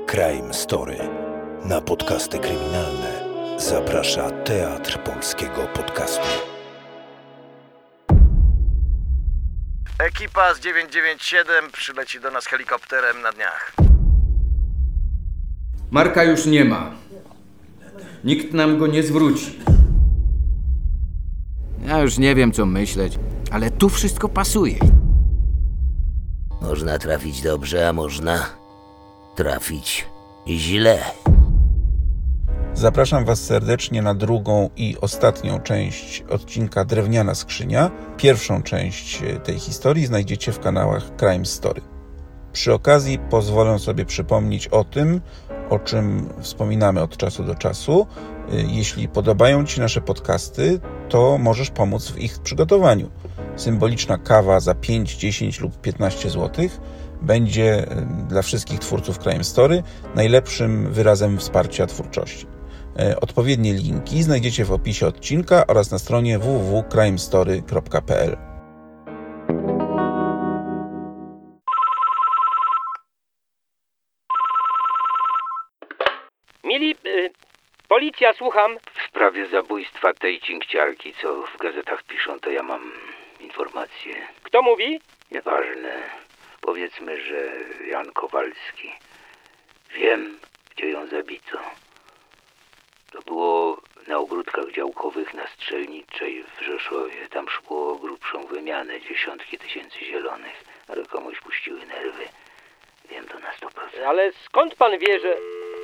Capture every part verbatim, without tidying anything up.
Crime Story. Na podcasty kryminalne zaprasza Teatr Polskiego Podcastu. Ekipa z dziewięć dziewięć siedem przyleci do nas helikopterem na dniach. Marka już nie ma. Nikt nam go nie zwróci. Ja już nie wiem, co myśleć, ale tu wszystko pasuje. Można trafić dobrze, a można trafić źle. Zapraszam Was serdecznie na drugą i ostatnią część odcinka Drewniana Skrzynia. Pierwszą część tej historii znajdziecie w kanałach Crime Story. Przy okazji pozwolę sobie przypomnieć o tym, o czym wspominamy od czasu do czasu. Jeśli podobają Ci nasze podcasty, to możesz pomóc w ich przygotowaniu. Symboliczna kawa za pięć, dziesięć lub piętnaście złotych będzie dla wszystkich twórców Crime Story najlepszym wyrazem wsparcia twórczości. Odpowiednie linki znajdziecie w opisie odcinka oraz na stronie w w w kropka crime story kropka p l. Mili, y, policja, słucham. W sprawie zabójstwa tej cinkciarki, co w gazetach piszą, to ja mam informacje. Kto mówi? Nieważne. Powiedzmy, że Jan Kowalski. Wiem, gdzie ją zabito. To było na ogródkach działkowych na Strzelniczej w Rzeszowie. Tam szło o grubszą wymianę, dziesiątki tysięcy zielonych, ale komuś puściły nerwy. Wiem to na sto procent. Ale skąd pan wie, że...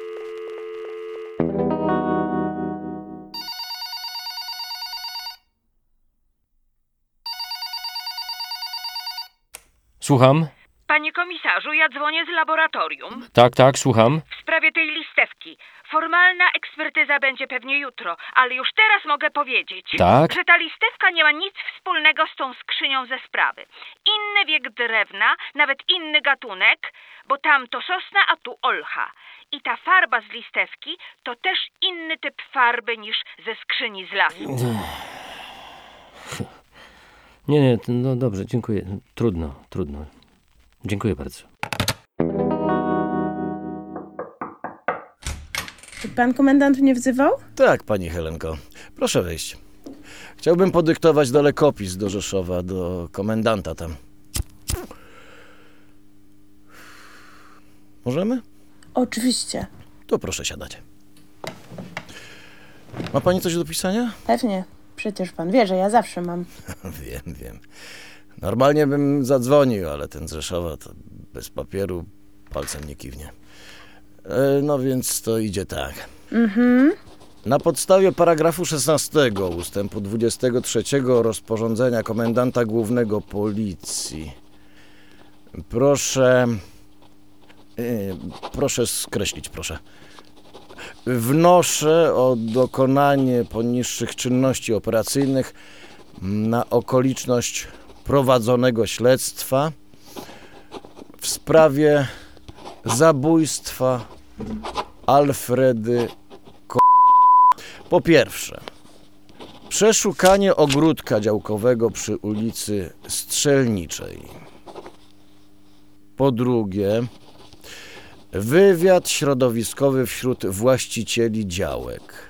Słucham? Panie komisarzu, ja dzwonię z laboratorium. Tak, tak, słucham. W sprawie tej listewki. Formalna ekspertyza będzie pewnie jutro, ale już teraz mogę powiedzieć, Tak? że ta listewka nie ma nic wspólnego z tą skrzynią ze sprawy. Inny wiek drewna, nawet inny gatunek, bo tam to sosna, a tu olcha. I ta farba z listewki to też inny typ farby niż ze skrzyni z lasu. Nie, nie, no dobrze, dziękuję. Trudno, trudno. Dziękuję bardzo. Pan komendant mnie wzywał? Tak, pani Helenko. Proszę wejść. Chciałbym podyktować dalekopis do Rzeszowa, do komendanta tam. Możemy? Oczywiście. To proszę siadać. Ma pani coś do pisania? Pewnie. Przecież pan wie, że ja zawsze mam. Wiem, wiem. Normalnie bym zadzwonił, ale ten z Rzeszowa to bez papieru palcem nie kiwnie. E, no więc to idzie tak. Mhm. Na podstawie paragrafu szesnastego ustępu dwudziestego trzeciego rozporządzenia komendanta głównego policji proszę... E, proszę skreślić, proszę. Wnoszę o dokonanie poniższych czynności operacyjnych na okoliczność prowadzonego śledztwa w sprawie zabójstwa Alfredy K. Po pierwsze, przeszukanie ogródka działkowego przy ulicy Strzelniczej. Po drugie, wywiad środowiskowy wśród właścicieli działek.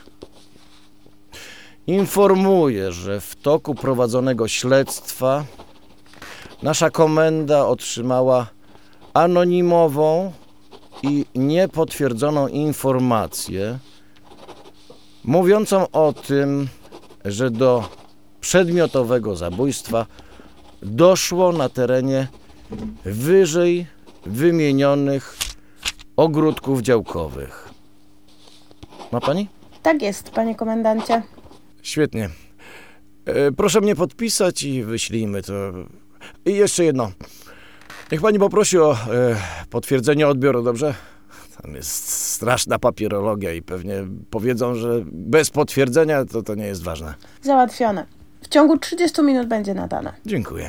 Informuję, że w toku prowadzonego śledztwa nasza komenda otrzymała anonimową i niepotwierdzoną informację mówiącą o tym, że do przedmiotowego zabójstwa doszło na terenie wyżej wymienionych ogródków działkowych. Ma pani? Tak jest, panie komendancie. Świetnie. E, proszę mnie podpisać i wyślijmy to. I jeszcze jedno. Niech pani poprosi o e, potwierdzenie odbioru, dobrze? Tam jest straszna papierologia i pewnie powiedzą, że bez potwierdzenia to, to nie jest ważne. Załatwione. W ciągu trzydziestu minut będzie nadane. Dziękuję.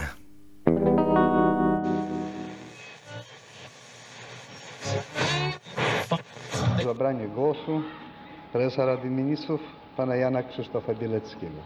Zabranie głosu prezesa Rady Ministrów pana Jana Krzysztofa Bieleckiego.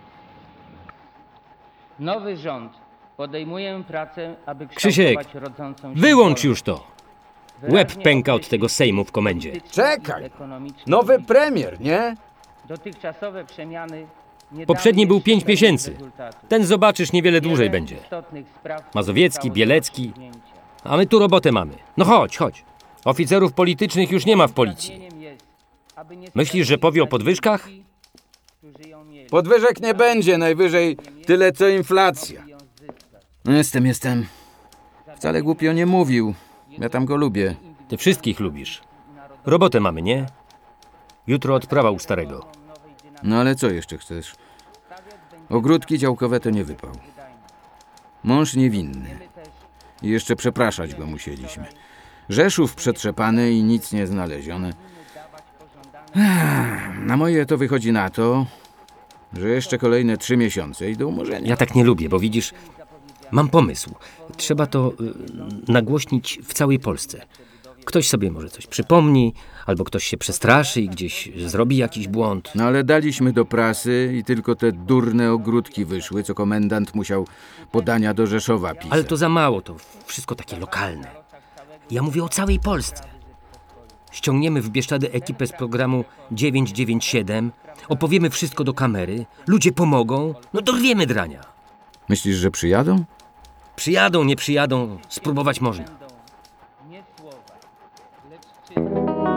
Nowy rząd podejmuje pracę, aby Krzysiek, kształtować rodzącą się wyłącz wolę. już to. Łeb pęka od tego Sejmu w komendzie. Czekaj! Nowy premier, nie? Dotychczasowe przemiany nie Poprzedni dały był pięć jeszcze miesięcy. rezultatu. Ten zobaczysz niewiele dłużej Wiele będzie. istotnych spraw Mazowiecki, zostało Bielecki. do rozstrzygnięcia. A my tu robotę mamy. No chodź, chodź. Oficerów politycznych już nie ma w policji. Pragnieniem jest, aby nie Myślisz, że powie o podwyżkach? którzy ją mieli. Podwyżek nie będzie, najwyżej tyle co inflacja. No jestem, jestem. Wcale głupio nie mówił. Ja tam go lubię. Ty wszystkich lubisz. Robotę mamy, nie? Jutro odprawa u starego. No ale co jeszcze chcesz? Ogródki działkowe to nie wypał. Mąż niewinny. I jeszcze przepraszać go musieliśmy. Rzeszów przetrzepany i nic nie znalezione. Ech, na moje to wychodzi na to, że jeszcze kolejne trzy miesiące i do umorzenia. Ja tak nie lubię, bo widzisz, mam pomysł. Trzeba to y, nagłośnić w całej Polsce. Ktoś sobie może coś przypomni, albo ktoś się przestraszy i gdzieś zrobi jakiś błąd. No ale daliśmy do prasy i tylko te durne ogródki wyszły, co komendant musiał podania do Rzeszowa pisać. Ale to za mało, to wszystko takie lokalne. Ja mówię o całej Polsce. Ściągniemy w Bieszczady ekipę z programu dziewięć dziewięć siedem, opowiemy wszystko do kamery, ludzie pomogą, no dorwiemy drania. Myślisz, że przyjadą? Przyjadą, nie przyjadą, spróbować można. Nie słowa, lecz czyny.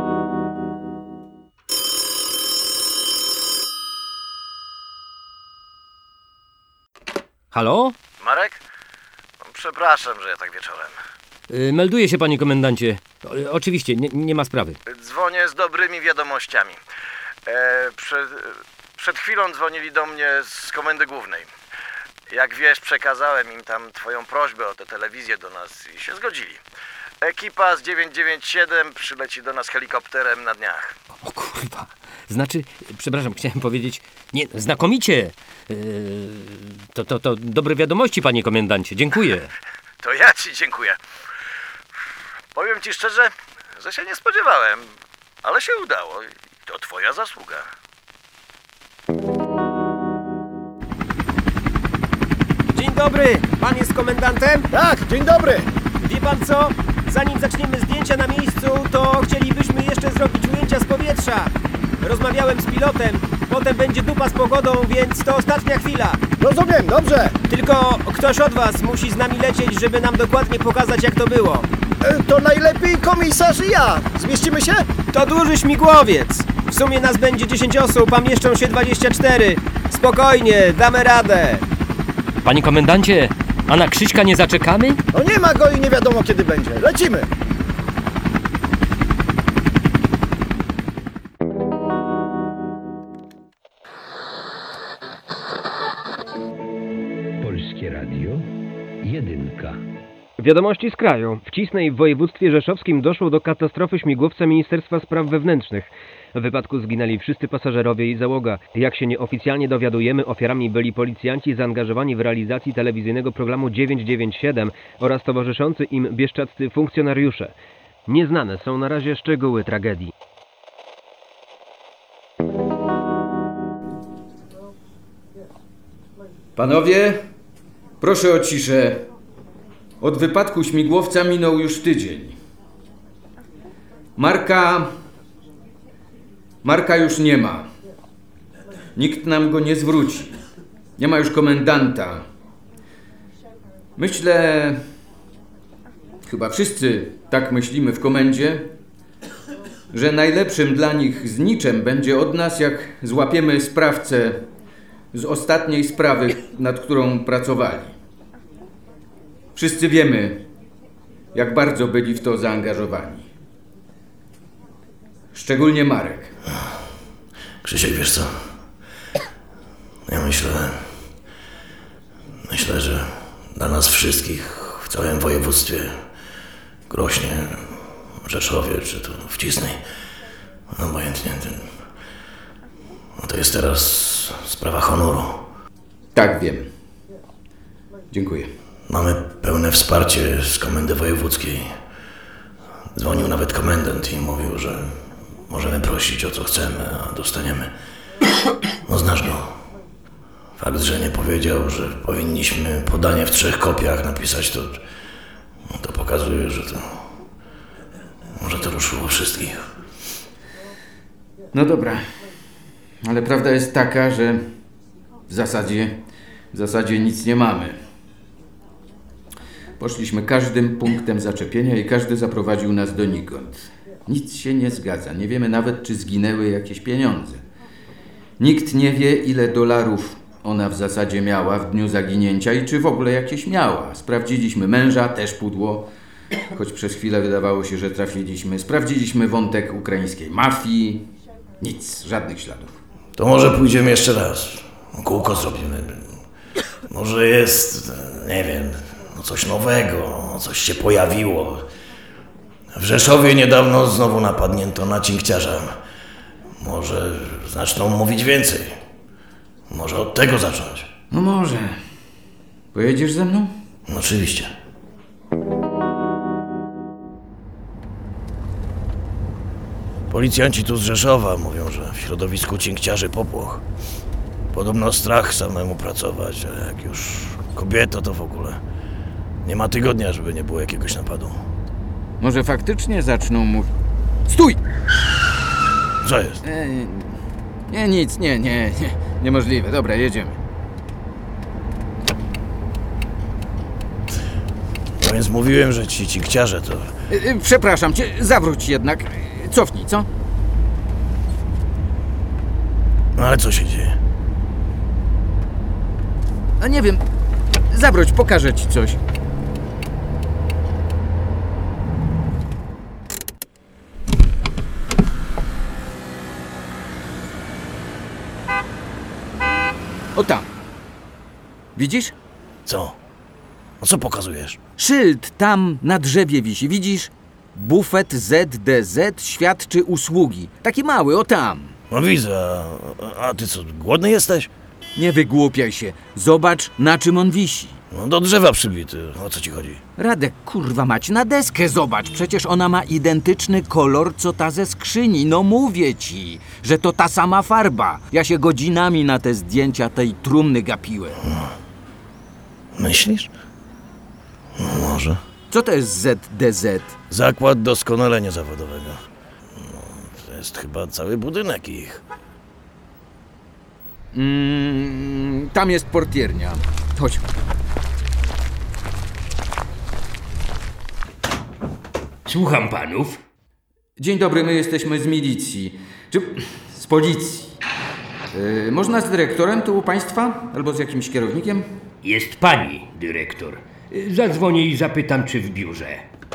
Halo? Marek? Przepraszam, że ja tak wieczorem. Yy, melduje się, panie komendancie. O, oczywiście, nie, nie ma sprawy. Dzwonię z dobrymi wiadomościami. E, przed, przed chwilą dzwonili do mnie z komendy głównej. Jak wiesz, przekazałem im tam twoją prośbę o tę telewizję do nas i się zgodzili. Ekipa z dziewięć dziewięć siedem przyleci do nas helikopterem na dniach. O kurwa. Znaczy, przepraszam, chciałem powiedzieć, nie, znakomicie. Yy, to, to, to dobre wiadomości, panie komendancie. Dziękuję. To ja ci dziękuję. Powiem ci szczerze, że się nie spodziewałem, ale się udało i to twoja zasługa. Dzień dobry, pan jest komendantem? Tak, dzień dobry. Wie pan co? Zanim zaczniemy zdjęcia na miejscu, to chcielibyśmy jeszcze zrobić ujęcia z powietrza. Rozmawiałem z pilotem, potem będzie dupa z pogodą, więc to ostatnia chwila. Rozumiem, dobrze. Tylko ktoś od was musi z nami lecieć, żeby nam dokładnie pokazać, jak to było. E, to najlepiej komisarz i ja. Zmieścimy się? To duży śmigłowiec. W sumie nas będzie dziesięć osób, a mieszczą się dwadzieścia cztery. Spokojnie, damy radę. Panie komendancie, a na Krzyśka nie zaczekamy? No nie ma go i nie wiadomo kiedy będzie. Lecimy. Polskie Radio Jedynka. Wiadomości z kraju. W Cisnej w województwie rzeszowskim doszło do katastrofy śmigłowca Ministerstwa Spraw Wewnętrznych. W wypadku zginęli wszyscy pasażerowie i załoga. Jak się nieoficjalnie dowiadujemy, ofiarami byli policjanci zaangażowani w realizacji telewizyjnego programu dziewięć dziewięć siedem oraz towarzyszący im bieszczadzcy funkcjonariusze. Nieznane są na razie szczegóły tragedii. Panowie, proszę o ciszę. Od wypadku śmigłowca minął już tydzień. Marka... Marka już nie ma. Nikt nam go nie zwróci. Nie ma już komendanta. Myślę... Chyba wszyscy tak myślimy w komendzie, że najlepszym dla nich zniczem będzie od nas, jak złapiemy sprawcę z ostatniej sprawy, nad którą pracowali. Wszyscy wiemy, jak bardzo byli w to zaangażowani. Szczególnie Marek. Krzysiek, wiesz co? Ja myślę... Myślę, że dla nas wszystkich w całym województwie, Grośnie, Rzeszowie, czy tu w Cisnej, obojętnie, ten, no to jest teraz sprawa honoru. Tak, wiem. Dziękuję. Mamy pełne wsparcie z komendy wojewódzkiej. Dzwonił nawet komendant i mówił, że możemy prosić o co chcemy, a dostaniemy. No znasz go. Fakt, że nie powiedział, że powinniśmy podanie w trzech kopiach napisać, to, no to pokazuje, że to to ruszyło wszystkich. No dobra, ale prawda jest taka, że w zasadzie, w zasadzie nic nie mamy. Poszliśmy każdym punktem zaczepienia i każdy zaprowadził nas donikąd. Nic się nie zgadza. Nie wiemy nawet, czy zginęły jakieś pieniądze. Nikt nie wie, ile dolarów ona w zasadzie miała w dniu zaginięcia i czy w ogóle jakieś miała. Sprawdziliśmy męża, też pudło, choć przez chwilę wydawało się, że trafiliśmy. Sprawdziliśmy wątek ukraińskiej mafii. Nic, żadnych śladów. To może pójdziemy jeszcze raz. Kółko zrobimy. Może jest, nie wiem, no coś nowego, coś się pojawiło. W Rzeszowie niedawno znowu napadnięto na cinkciarza. Może zaczną mówić więcej. Może od tego zacząć. No może. Pojedziesz ze mną? No oczywiście. Policjanci tu z Rzeszowa mówią, że w środowisku cinkciarzy popłoch. Podobno strach samemu pracować, a jak już kobieta, to w ogóle nie ma tygodnia, żeby nie było jakiegoś napadu. Może faktycznie zaczną mówić... Stój! Co jest? E, nie, nic, nie, nie, nie. Niemożliwe. Dobra, jedziemy. No więc mówiłem, że ci cinkciarze to... E, e, przepraszam cię, zawróć jednak. Cofnij, co? No ale co się dzieje? No nie wiem. Zawróć, pokażę ci coś. O tam. Widzisz? Co? No co pokazujesz? Szyld tam na drzewie wisi, widzisz? Bufet Z D Z świadczy usługi. Taki mały, o tam. No widzę, a, a ty co, głodny jesteś? Nie wygłupiaj się. Zobacz, na czym on wisi. No do drzewa przybity, o co ci chodzi? Radek, kurwa mać, na deskę zobacz. Przecież ona ma identyczny kolor, co ta ze skrzyni. No mówię ci, że to ta sama farba. Ja się godzinami na te zdjęcia tej trumny gapiłem. No. Myślisz? No może. Co to jest Z D Z? Zakład doskonalenia zawodowego. No, to jest chyba cały budynek ich. Mm, tam jest portiernia. Chodź. Słucham panów. Dzień dobry, my jesteśmy z milicji. Czy z policji. Yy, można z dyrektorem tu u państwa? Albo z jakimś kierownikiem? Jest pani dyrektor. Zadzwonię i zapytam, czy w biurze.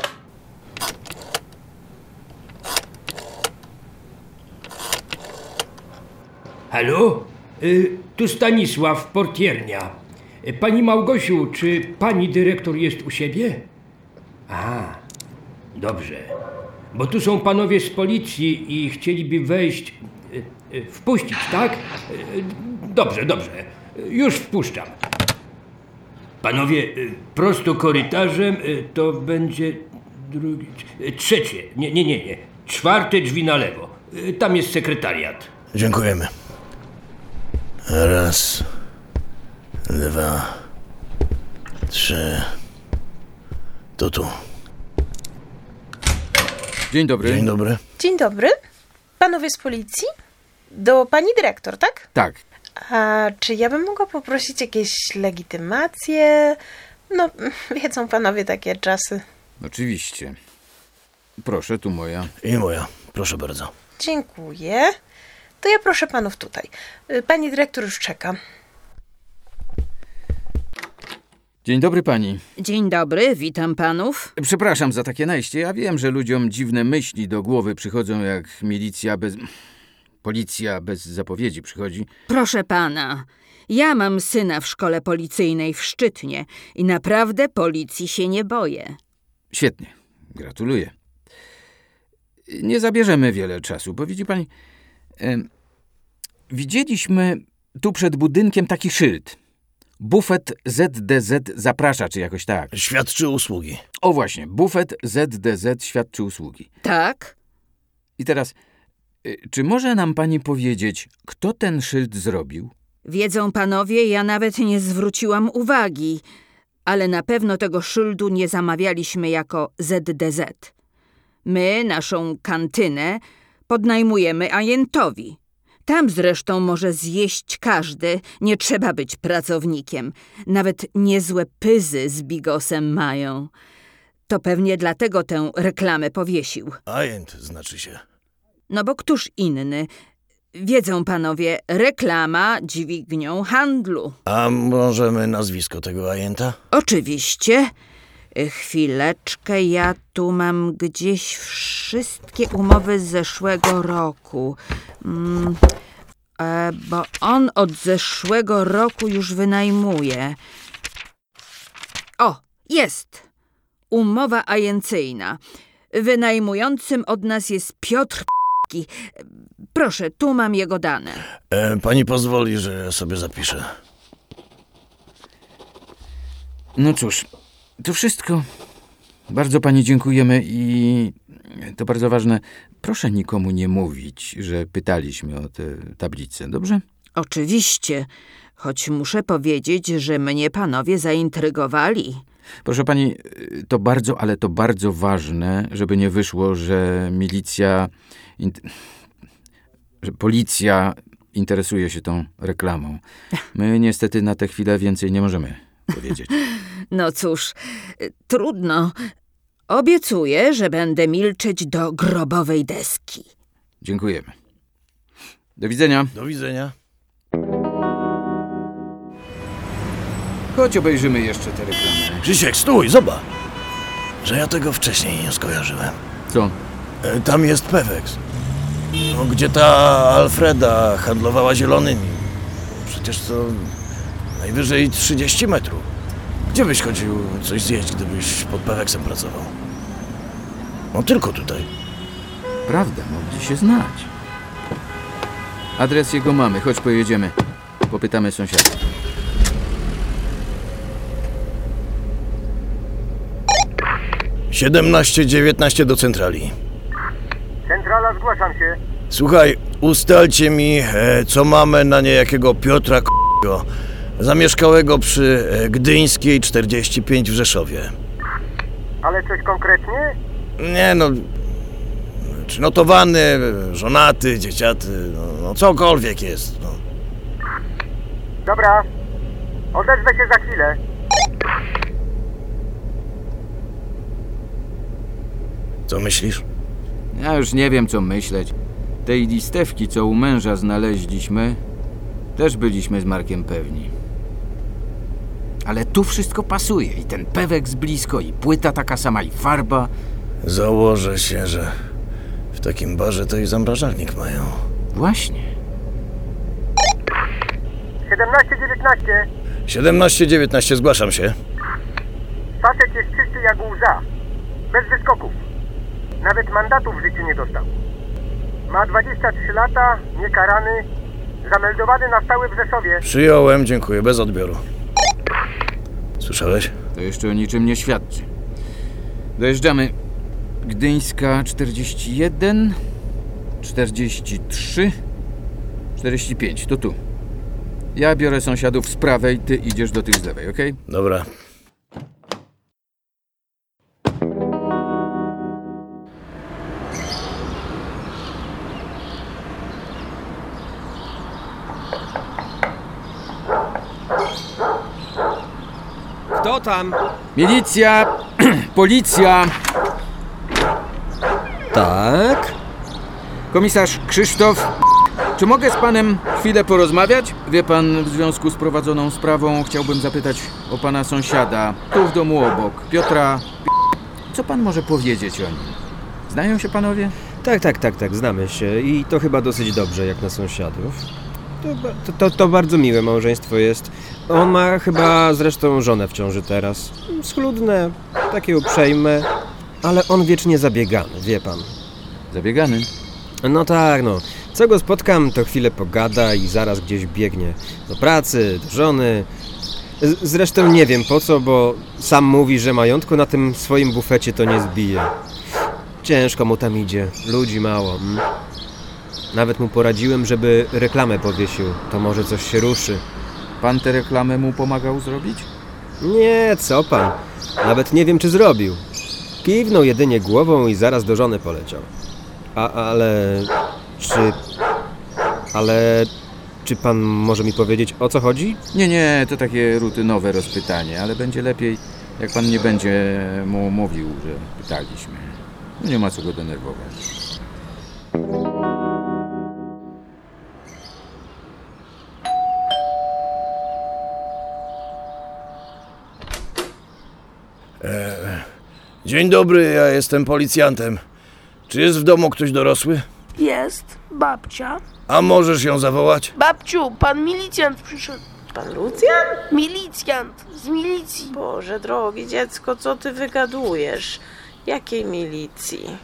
Halo? Y, tu Stanisław, portiernia. Y, Pani Małgosiu, czy pani dyrektor jest u siebie? A, dobrze. Bo tu są panowie z policji i chcieliby wejść, y, y, wpuścić, tak? Y, dobrze, dobrze. Już wpuszczam. Panowie, y, prosto korytarzem y, to będzie drugi, y, trzecie, nie, nie, nie, nie, czwarte drzwi na lewo. Y, tam jest sekretariat. Dziękujemy. Raz, dwa, trzy. To tu. Dzień dobry. Dzień dobry. Dzień dobry. Panowie z policji? Do pani dyrektor, tak? Tak. A czy ja bym mogła poprosić jakieś legitymacje? No, wiedzą panowie takie czasy. Oczywiście. Proszę, tu moja. I moja. Proszę bardzo. Dziękuję. To ja proszę panów tutaj. Pani dyrektor już czeka. Dzień dobry pani. Dzień dobry, witam panów. Przepraszam za takie najście. Ja wiem, że ludziom dziwne myśli do głowy przychodzą, jak milicja bez... Policja bez zapowiedzi przychodzi. Proszę pana, ja mam syna w szkole policyjnej w Szczytnie i naprawdę policji się nie boję. Świetnie. Gratuluję. Nie zabierzemy wiele czasu, bo widzi pani... E, widzieliśmy tu przed budynkiem taki szyld. Bufet Z D Z zaprasza, czy jakoś tak. Świadczy usługi. O właśnie, bufet Z D Z świadczy usługi. Tak? I teraz, y, czy może nam pani powiedzieć, kto ten szyld zrobił? Wiedzą panowie, ja nawet nie zwróciłam uwagi, ale na pewno tego szyldu nie zamawialiśmy jako Z D Z. My naszą kantynę podnajmujemy ajentowi. Tam zresztą może zjeść każdy, nie trzeba być pracownikiem. Nawet niezłe pyzy z bigosem mają. To pewnie dlatego tę reklamę powiesił. Ajent znaczy się. No bo któż inny? Wiedzą panowie, reklama dźwignią handlu. A możemy nazwisko tego ajenta? Oczywiście. Chwileczkę, ja tu mam gdzieś wszystkie umowy z zeszłego roku. Mm, e, bo on od zeszłego roku już wynajmuje. O, jest! Umowa ajencyjna. Wynajmującym od nas jest Piotr P***ki. Proszę, tu mam jego dane. E, pani pozwoli, że sobie zapiszę. No cóż, to wszystko. Bardzo pani dziękujemy i to bardzo ważne. Proszę nikomu nie mówić, że pytaliśmy o tę tablicę, dobrze? Oczywiście, choć muszę powiedzieć, że mnie panowie zaintrygowali. Proszę pani, to bardzo, ale to bardzo ważne, żeby nie wyszło, że milicja, int- że policja interesuje się tą reklamą. My niestety na tę chwilę więcej nie możemy powiedzieć. No cóż, trudno. Obiecuję, że będę milczeć do grobowej deski. Dziękujemy. Do widzenia. Do widzenia. Chodź obejrzymy jeszcze te reklamy. Krzysiek, stój, zobacz. Że ja tego wcześniej nie skojarzyłem. Co? E, tam jest Pewex. No, gdzie ta Alfreda handlowała zielonymi. Przecież to najwyżej trzydzieści metrów. Gdzie byś chodził coś zjeść, gdybyś pod Pewexem pracował? No tylko tutaj. Prawda, mogli się znać. Adres jego mamy, chodź pojedziemy. Popytamy sąsiadów. siedemnaście dziewiętnaście do centrali. Centrala, zgłaszam się. Słuchaj, ustalcie mi, e, co mamy na niejakiego Piotra K***go, zamieszkałego przy e, Gdyńskiej czterdzieści pięć w Rzeszowie. Ale coś konkretnie? Nie no, czy notowany, żonaty, dzieciaty, no, no cokolwiek jest. No. Dobra, odezwę się za chwilę. Co myślisz? Ja już nie wiem, co myśleć. Tej listewki, co u męża znaleźliśmy, też byliśmy z Markiem pewni. Ale tu wszystko pasuje. I ten Pewek z blisko, i płyta taka sama, i farba. Założę się, że w takim barze to i zamrażalnik mają. Właśnie. siedemnaście dziewiętnaście. siedemnaście dziewiętnaście, zgłaszam się. Facet jest czysty jak łza. Bez wyskoków. Nawet mandatu w życiu nie dostał. Ma dwadzieścia trzy lata, niekarany, zameldowany na stałe w Rzeszowie. Przyjąłem, dziękuję, bez odbioru. Słyszałeś? To jeszcze o niczym nie świadczy. Dojeżdżamy. Gdyńska czterdzieści jeden, czterdzieści trzy, czterdzieści pięć. To tu. Ja biorę sąsiadów z prawej, ty idziesz do tych z lewej, okej? Okay? Dobra. Kto tam? Milicja! Policja! Tak? Komisarz Krzysztof, czy mogę z panem chwilę porozmawiać? Wie pan, w związku z prowadzoną sprawą chciałbym zapytać o pana sąsiada, tu w domu obok, Piotra... Co pan może powiedzieć o nim? Znają się panowie? Tak, tak, tak, tak, znamy się i to chyba dosyć dobrze jak na sąsiadów. To, to, to, to bardzo miłe małżeństwo jest. On ma chyba zresztą żonę w ciąży teraz. Schludne, takie uprzejme, ale on wiecznie zabiegany, wie pan. Zabiegany? No tak, no. Co go spotkam, to chwilę pogada i zaraz gdzieś biegnie. Do pracy, do żony. Z- zresztą nie wiem po co, bo sam mówi, że majątku na tym swoim bufecie to nie zbije. Ciężko mu tam idzie, ludzi mało. Mm? Nawet mu poradziłem, żeby reklamę powiesił. To może coś się ruszy. Pan tę reklamę mu pomagał zrobić? Nie, co pan. Nawet nie wiem, czy zrobił. Kiwnął jedynie głową i zaraz do żony poleciał. A, ale... czy... Ale... Czy pan może mi powiedzieć, o co chodzi? Nie, nie, to takie rutynowe rozpytanie, ale będzie lepiej, jak pan nie będzie mu mówił, że pytaliśmy. No nie ma co go denerwować. E, dzień dobry, ja jestem policjantem. Czy jest w domu ktoś dorosły? Jest, babcia. A możesz ją zawołać? Babciu, pan milicjant przyszedł. Pan Lucjan? Milicjant, z milicji. Boże drogi, dziecko, co ty wygadujesz? Jakiej milicji?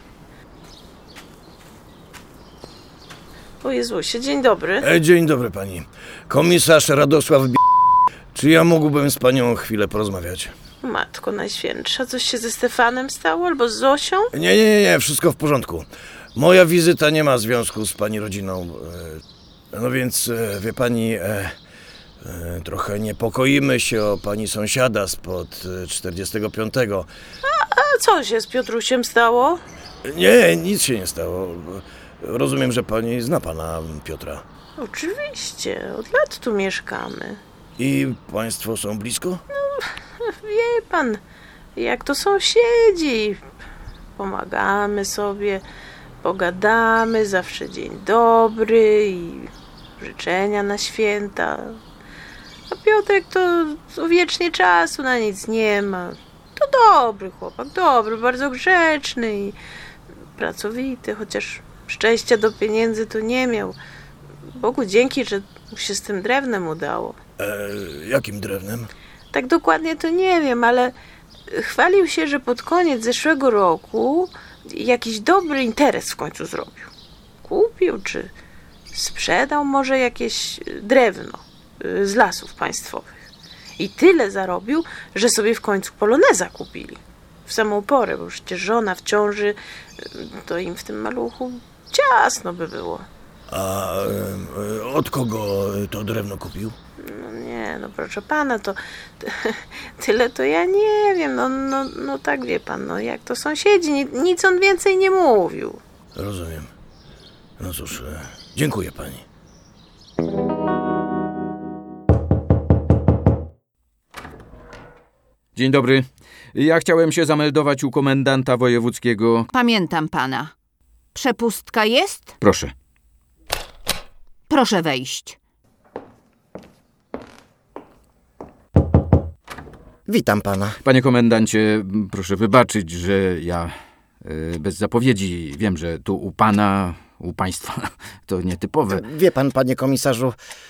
O Jezusie, dzień dobry. E, dzień dobry pani. Komisarz Radosław B... Czy ja mógłbym z panią chwilę porozmawiać? Matko Najświętsza, coś się ze Stefanem stało albo z Zosią? Nie, nie, nie, nie, wszystko w porządku. Moja wizyta nie ma związku z pani rodziną. E, no więc, e, wie pani, e, e, trochę niepokoimy się o pani sąsiada spod czterdziestego piątego. A, a co się z Piotrusiem stało? Nie, nic się nie stało. Rozumiem, że pani zna pana Piotra. Oczywiście, od lat tu mieszkamy. I państwo są blisko? No, wie pan, jak to sąsiedzi. Pomagamy sobie, pogadamy, zawsze dzień dobry i życzenia na święta. A Piotrek to, to wiecznie czasu na nic nie ma. To dobry chłopak, dobry, bardzo grzeczny i pracowity, chociaż szczęścia do pieniędzy to nie miał. Bogu dzięki, że mu się z tym drewnem udało. E, jakim drewnem? Tak dokładnie to nie wiem, ale chwalił się, że pod koniec zeszłego roku jakiś dobry interes w końcu zrobił. Kupił czy sprzedał może jakieś drewno z lasów państwowych. I tyle zarobił, że sobie w końcu poloneza kupili. W samą porę, bo przecież żona w ciąży, to im w tym maluchu ciasno by było. A e, od kogo to drewno kupił? No nie, no proszę pana, to, to tyle to ja nie wiem, no, no, no tak wie pan, no jak to sąsiedzi, nic, nic on więcej nie mówił. Rozumiem. No cóż, e, dziękuję pani. Dzień dobry. Ja chciałem się zameldować u komendanta wojewódzkiego. Pamiętam pana. Przepustka jest? Proszę. Proszę wejść. Witam pana. Panie komendancie, proszę wybaczyć, że ja y, bez zapowiedzi wiem, że tu u pana, u państwa to nietypowe. Wie pan, panie komisarzu,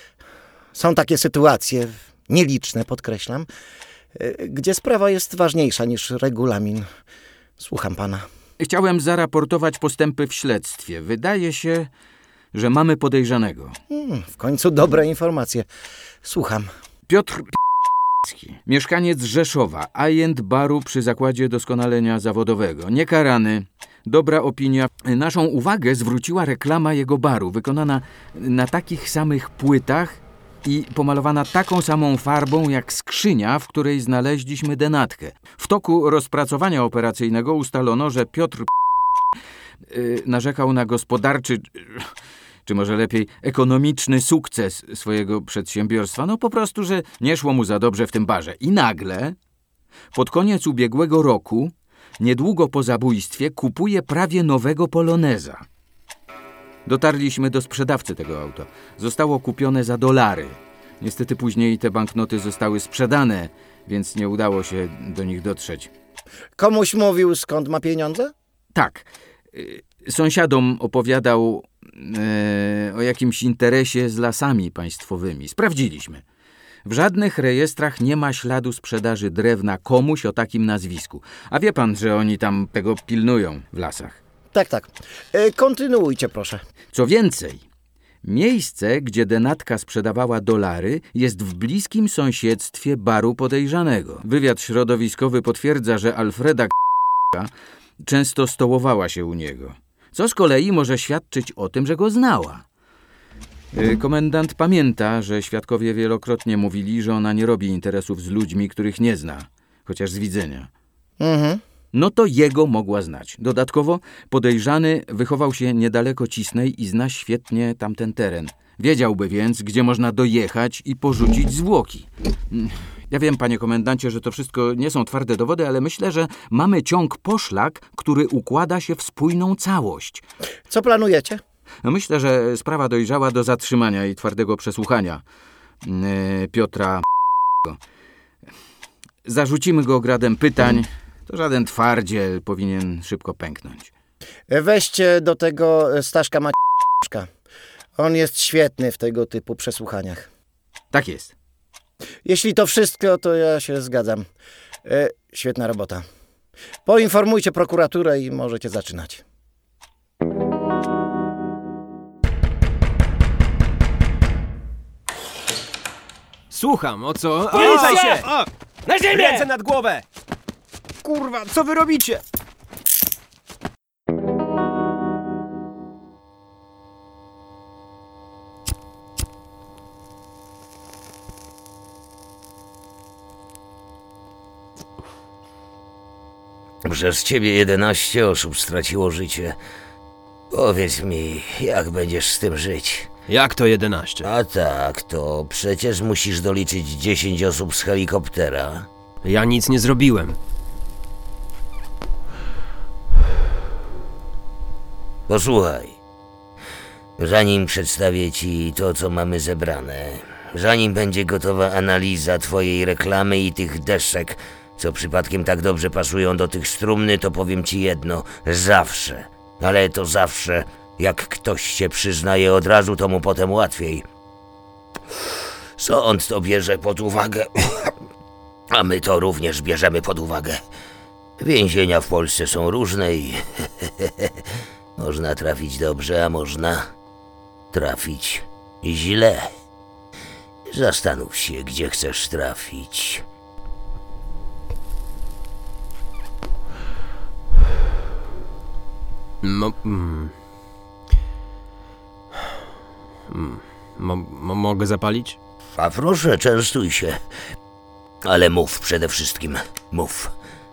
są takie sytuacje, nieliczne podkreślam, gdzie sprawa jest ważniejsza niż regulamin. Słucham pana. Chciałem zaraportować postępy w śledztwie. Wydaje się, że mamy podejrzanego. Hmm, w końcu dobre informacje. Słucham. Piotr P***ski, mieszkaniec Rzeszowa, ajent baru przy zakładzie doskonalenia zawodowego. Niekarany, dobra opinia. Naszą uwagę zwróciła reklama jego baru, wykonana na takich samych płytach i pomalowana taką samą farbą jak skrzynia, w której znaleźliśmy denatkę. W toku rozpracowania operacyjnego ustalono, że Piotr P*** yy, narzekał na gospodarczy, czy może lepiej ekonomiczny sukces swojego przedsiębiorstwa. No po prostu, że nie szło mu za dobrze w tym barze. I nagle, pod koniec ubiegłego roku, niedługo po zabójstwie, kupuje prawie nowego poloneza. Dotarliśmy do sprzedawcy tego auta. Zostało kupione za dolary. Niestety później te banknoty zostały sprzedane, więc nie udało się do nich dotrzeć. Komuś mówił, skąd ma pieniądze? Tak. Sąsiadom opowiadał e, o jakimś interesie z lasami państwowymi. Sprawdziliśmy. W żadnych rejestrach nie ma śladu sprzedaży drewna komuś o takim nazwisku. A wie pan, że oni tam tego pilnują w lasach. Tak, tak. E, kontynuujcie, proszę. Co więcej, miejsce, gdzie denatka sprzedawała dolary, jest w bliskim sąsiedztwie baru podejrzanego. Wywiad środowiskowy potwierdza, że Alfreda K***a często stołowała się u niego, co z kolei może świadczyć o tym, że go znała. Komendant pamięta, że świadkowie wielokrotnie mówili, że ona nie robi interesów z ludźmi, których nie zna, chociaż z widzenia. Mhm. no to jego mogła znać. Dodatkowo podejrzany wychował się niedaleko Cisnej i zna świetnie tamten teren. Wiedziałby więc, gdzie można dojechać i porzucić zwłoki. Ja wiem, panie komendancie, że to wszystko nie są twarde dowody, ale myślę, że mamy ciąg poszlak, który układa się w spójną całość. Co planujecie? No myślę, że sprawa dojrzała do zatrzymania i twardego przesłuchania yy, Piotra. Zarzucimy go gradem pytań. To żaden twardziel powinien szybko pęknąć. Weźcie do tego Staszka Macieszka. On jest świetny w tego typu przesłuchaniach. Tak jest. Jeśli to wszystko, to ja się zgadzam. E, świetna robota. Poinformujcie prokuraturę i możecie zaczynać. Słucham, o co? Policaj się! O! Na ziemię! Ręce nad głowę! Kurwa, co wy robicie? Przez ciebie jedenaście osób straciło życie. Powiedz mi, jak będziesz z tym żyć? Jak to jedenaście? A tak, to przecież musisz doliczyć dziesięć osób z helikoptera. Ja nic nie zrobiłem. Posłuchaj. Zanim przedstawię ci to, co mamy zebrane, zanim będzie gotowa analiza twojej reklamy i tych desek, co przypadkiem tak dobrze pasują do tych z trumny, to powiem ci jedno. Zawsze, ale to zawsze, jak ktoś się przyznaje od razu, to mu potem łatwiej. Sąd to bierze pod uwagę, a my to również bierzemy pod uwagę. Więzienia w Polsce są różne i można trafić dobrze, a można trafić źle. Zastanów się, gdzie chcesz trafić. Mo, mm. Mm. Mo, mo, mogę zapalić? A proszę, częstuj się. Ale mów przede wszystkim. Mów.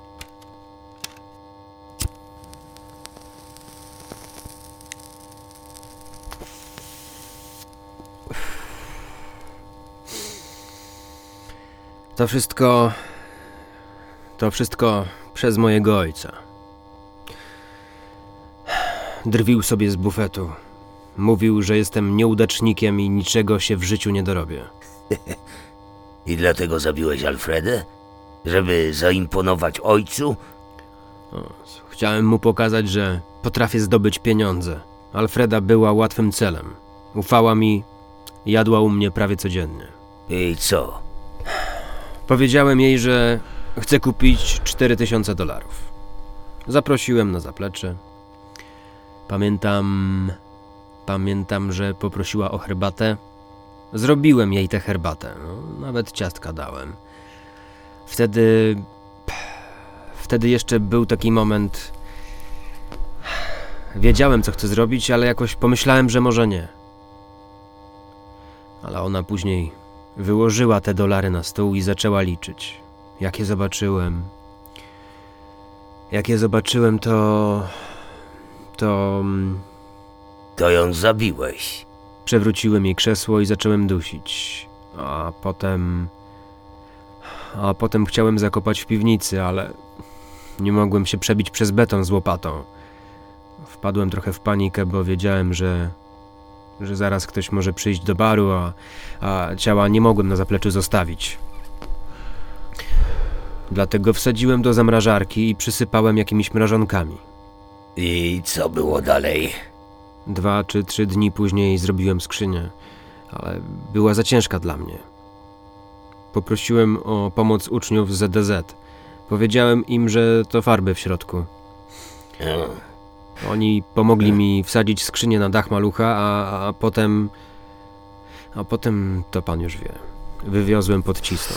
To wszystko... To wszystko przez mojego ojca. Drwił sobie z bufetu. Mówił, że jestem nieudacznikiem i niczego się w życiu nie dorobię. I dlatego zabiłeś Alfredę? Żeby zaimponować ojcu? O, chciałem mu pokazać, że potrafię zdobyć pieniądze. Alfreda była łatwym celem. Ufała mi, jadła u mnie prawie codziennie. I co? Powiedziałem jej, że chcę kupić cztery tysiące dolarów. Zaprosiłem na zaplecze. Pamiętam... Pamiętam, że poprosiła o herbatę. Zrobiłem jej tę herbatę. No, nawet ciastka dałem. Wtedy... Wtedy jeszcze był taki moment... Wiedziałem, co chcę zrobić, ale jakoś pomyślałem, że może nie. Ale ona później wyłożyła te dolary na stół i zaczęła liczyć. Jak je zobaczyłem... Jak je zobaczyłem, to... To... To ją zabiłeś. Przewróciłem jej krzesło i zacząłem dusić. A potem... A potem chciałem zakopać w piwnicy, ale... Nie mogłem się przebić przez beton z łopatą. Wpadłem trochę w panikę, bo wiedziałem, że... Że zaraz ktoś może przyjść do baru, a... A ciała nie mogłem na zapleczu zostawić. Dlatego wsadziłem do zamrażarki i przysypałem jakimiś mrażonkami. I co było dalej? Dwa czy trzy dni później zrobiłem skrzynię, ale była za ciężka dla mnie. Poprosiłem o pomoc uczniów z Z D Z. Powiedziałem im, że to farby w środku. Oni pomogli mi wsadzić skrzynię na dach malucha, a, a potem... A potem to pan już wie. Wywiozłem pod Cisną.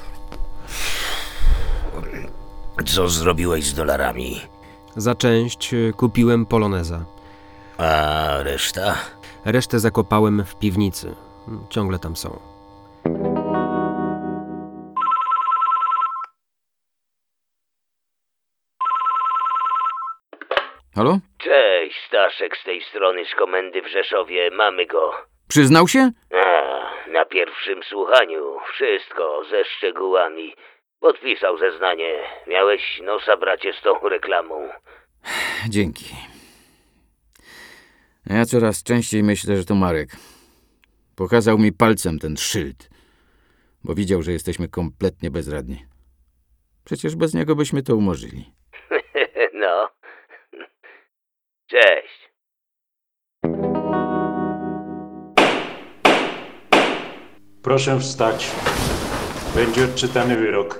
Co zrobiłeś z dolarami? Za część kupiłem poloneza. A reszta? Resztę zakopałem w piwnicy. Ciągle tam są. Halo? Cześć, Staszek z tej strony z komendy w Rzeszowie. Mamy go. Przyznał się? A, na pierwszym słuchaniu. Wszystko ze szczegółami. Podpisał zeznanie. Miałeś nosa, bracie, z tą reklamą. Dzięki. Ja coraz częściej myślę, że to Marek. Pokazał mi palcem ten szyld, bo widział, że jesteśmy kompletnie bezradni. Przecież bez niego byśmy to umorzyli. No. Cześć. Proszę wstać. Będzie odczytany wyrok.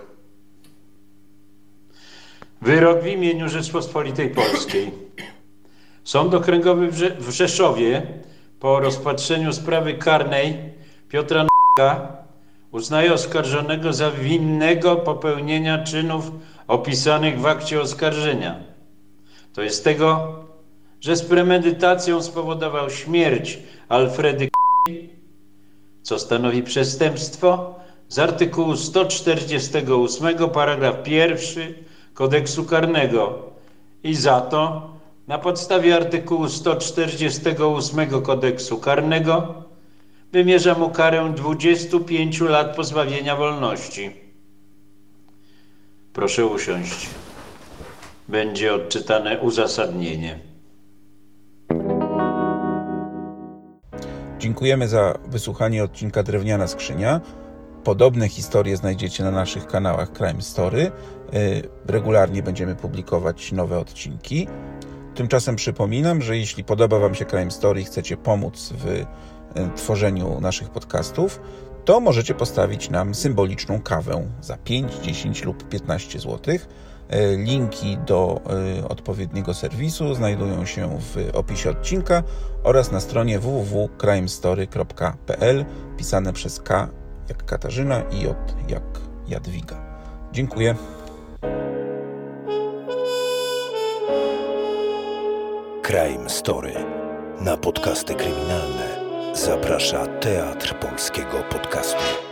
Wyrok w imieniu Rzeczpospolitej Polskiej. Sąd Okręgowy w, Rze- w Rzeszowie po rozpatrzeniu sprawy karnej Piotra N***a uznaje oskarżonego za winnego popełnienia czynów opisanych w akcie oskarżenia. To jest tego, że z premedytacją spowodował śmierć Alfredy K., co stanowi przestępstwo z artykułu sto czterdziestego ósmego paragraf pierwszy Kodeksu Karnego i za to na podstawie artykułu sto czterdziestego ósmego Kodeksu Karnego wymierza mu karę dwudziestu pięciu lat pozbawienia wolności. Proszę usiąść. Będzie odczytane uzasadnienie. Dziękujemy za wysłuchanie odcinka Drewniana Skrzynia. Podobne historie znajdziecie na naszych kanałach Crime Story. Regularnie będziemy publikować nowe odcinki. Tymczasem przypominam, że jeśli podoba Wam się Crime Story i chcecie pomóc w tworzeniu naszych podcastów, to możecie postawić nam symboliczną kawę za pięć, dziesięć lub piętnaście złotych. Linki do odpowiedniego serwisu znajdują się w opisie odcinka oraz na stronie w w w kropka crimestory kropka p l pisane przez K jak Katarzyna i J jak Jadwiga. Dziękuję. Crime Story. Na podcasty kryminalne zaprasza Teatr Polskiego Podcastu.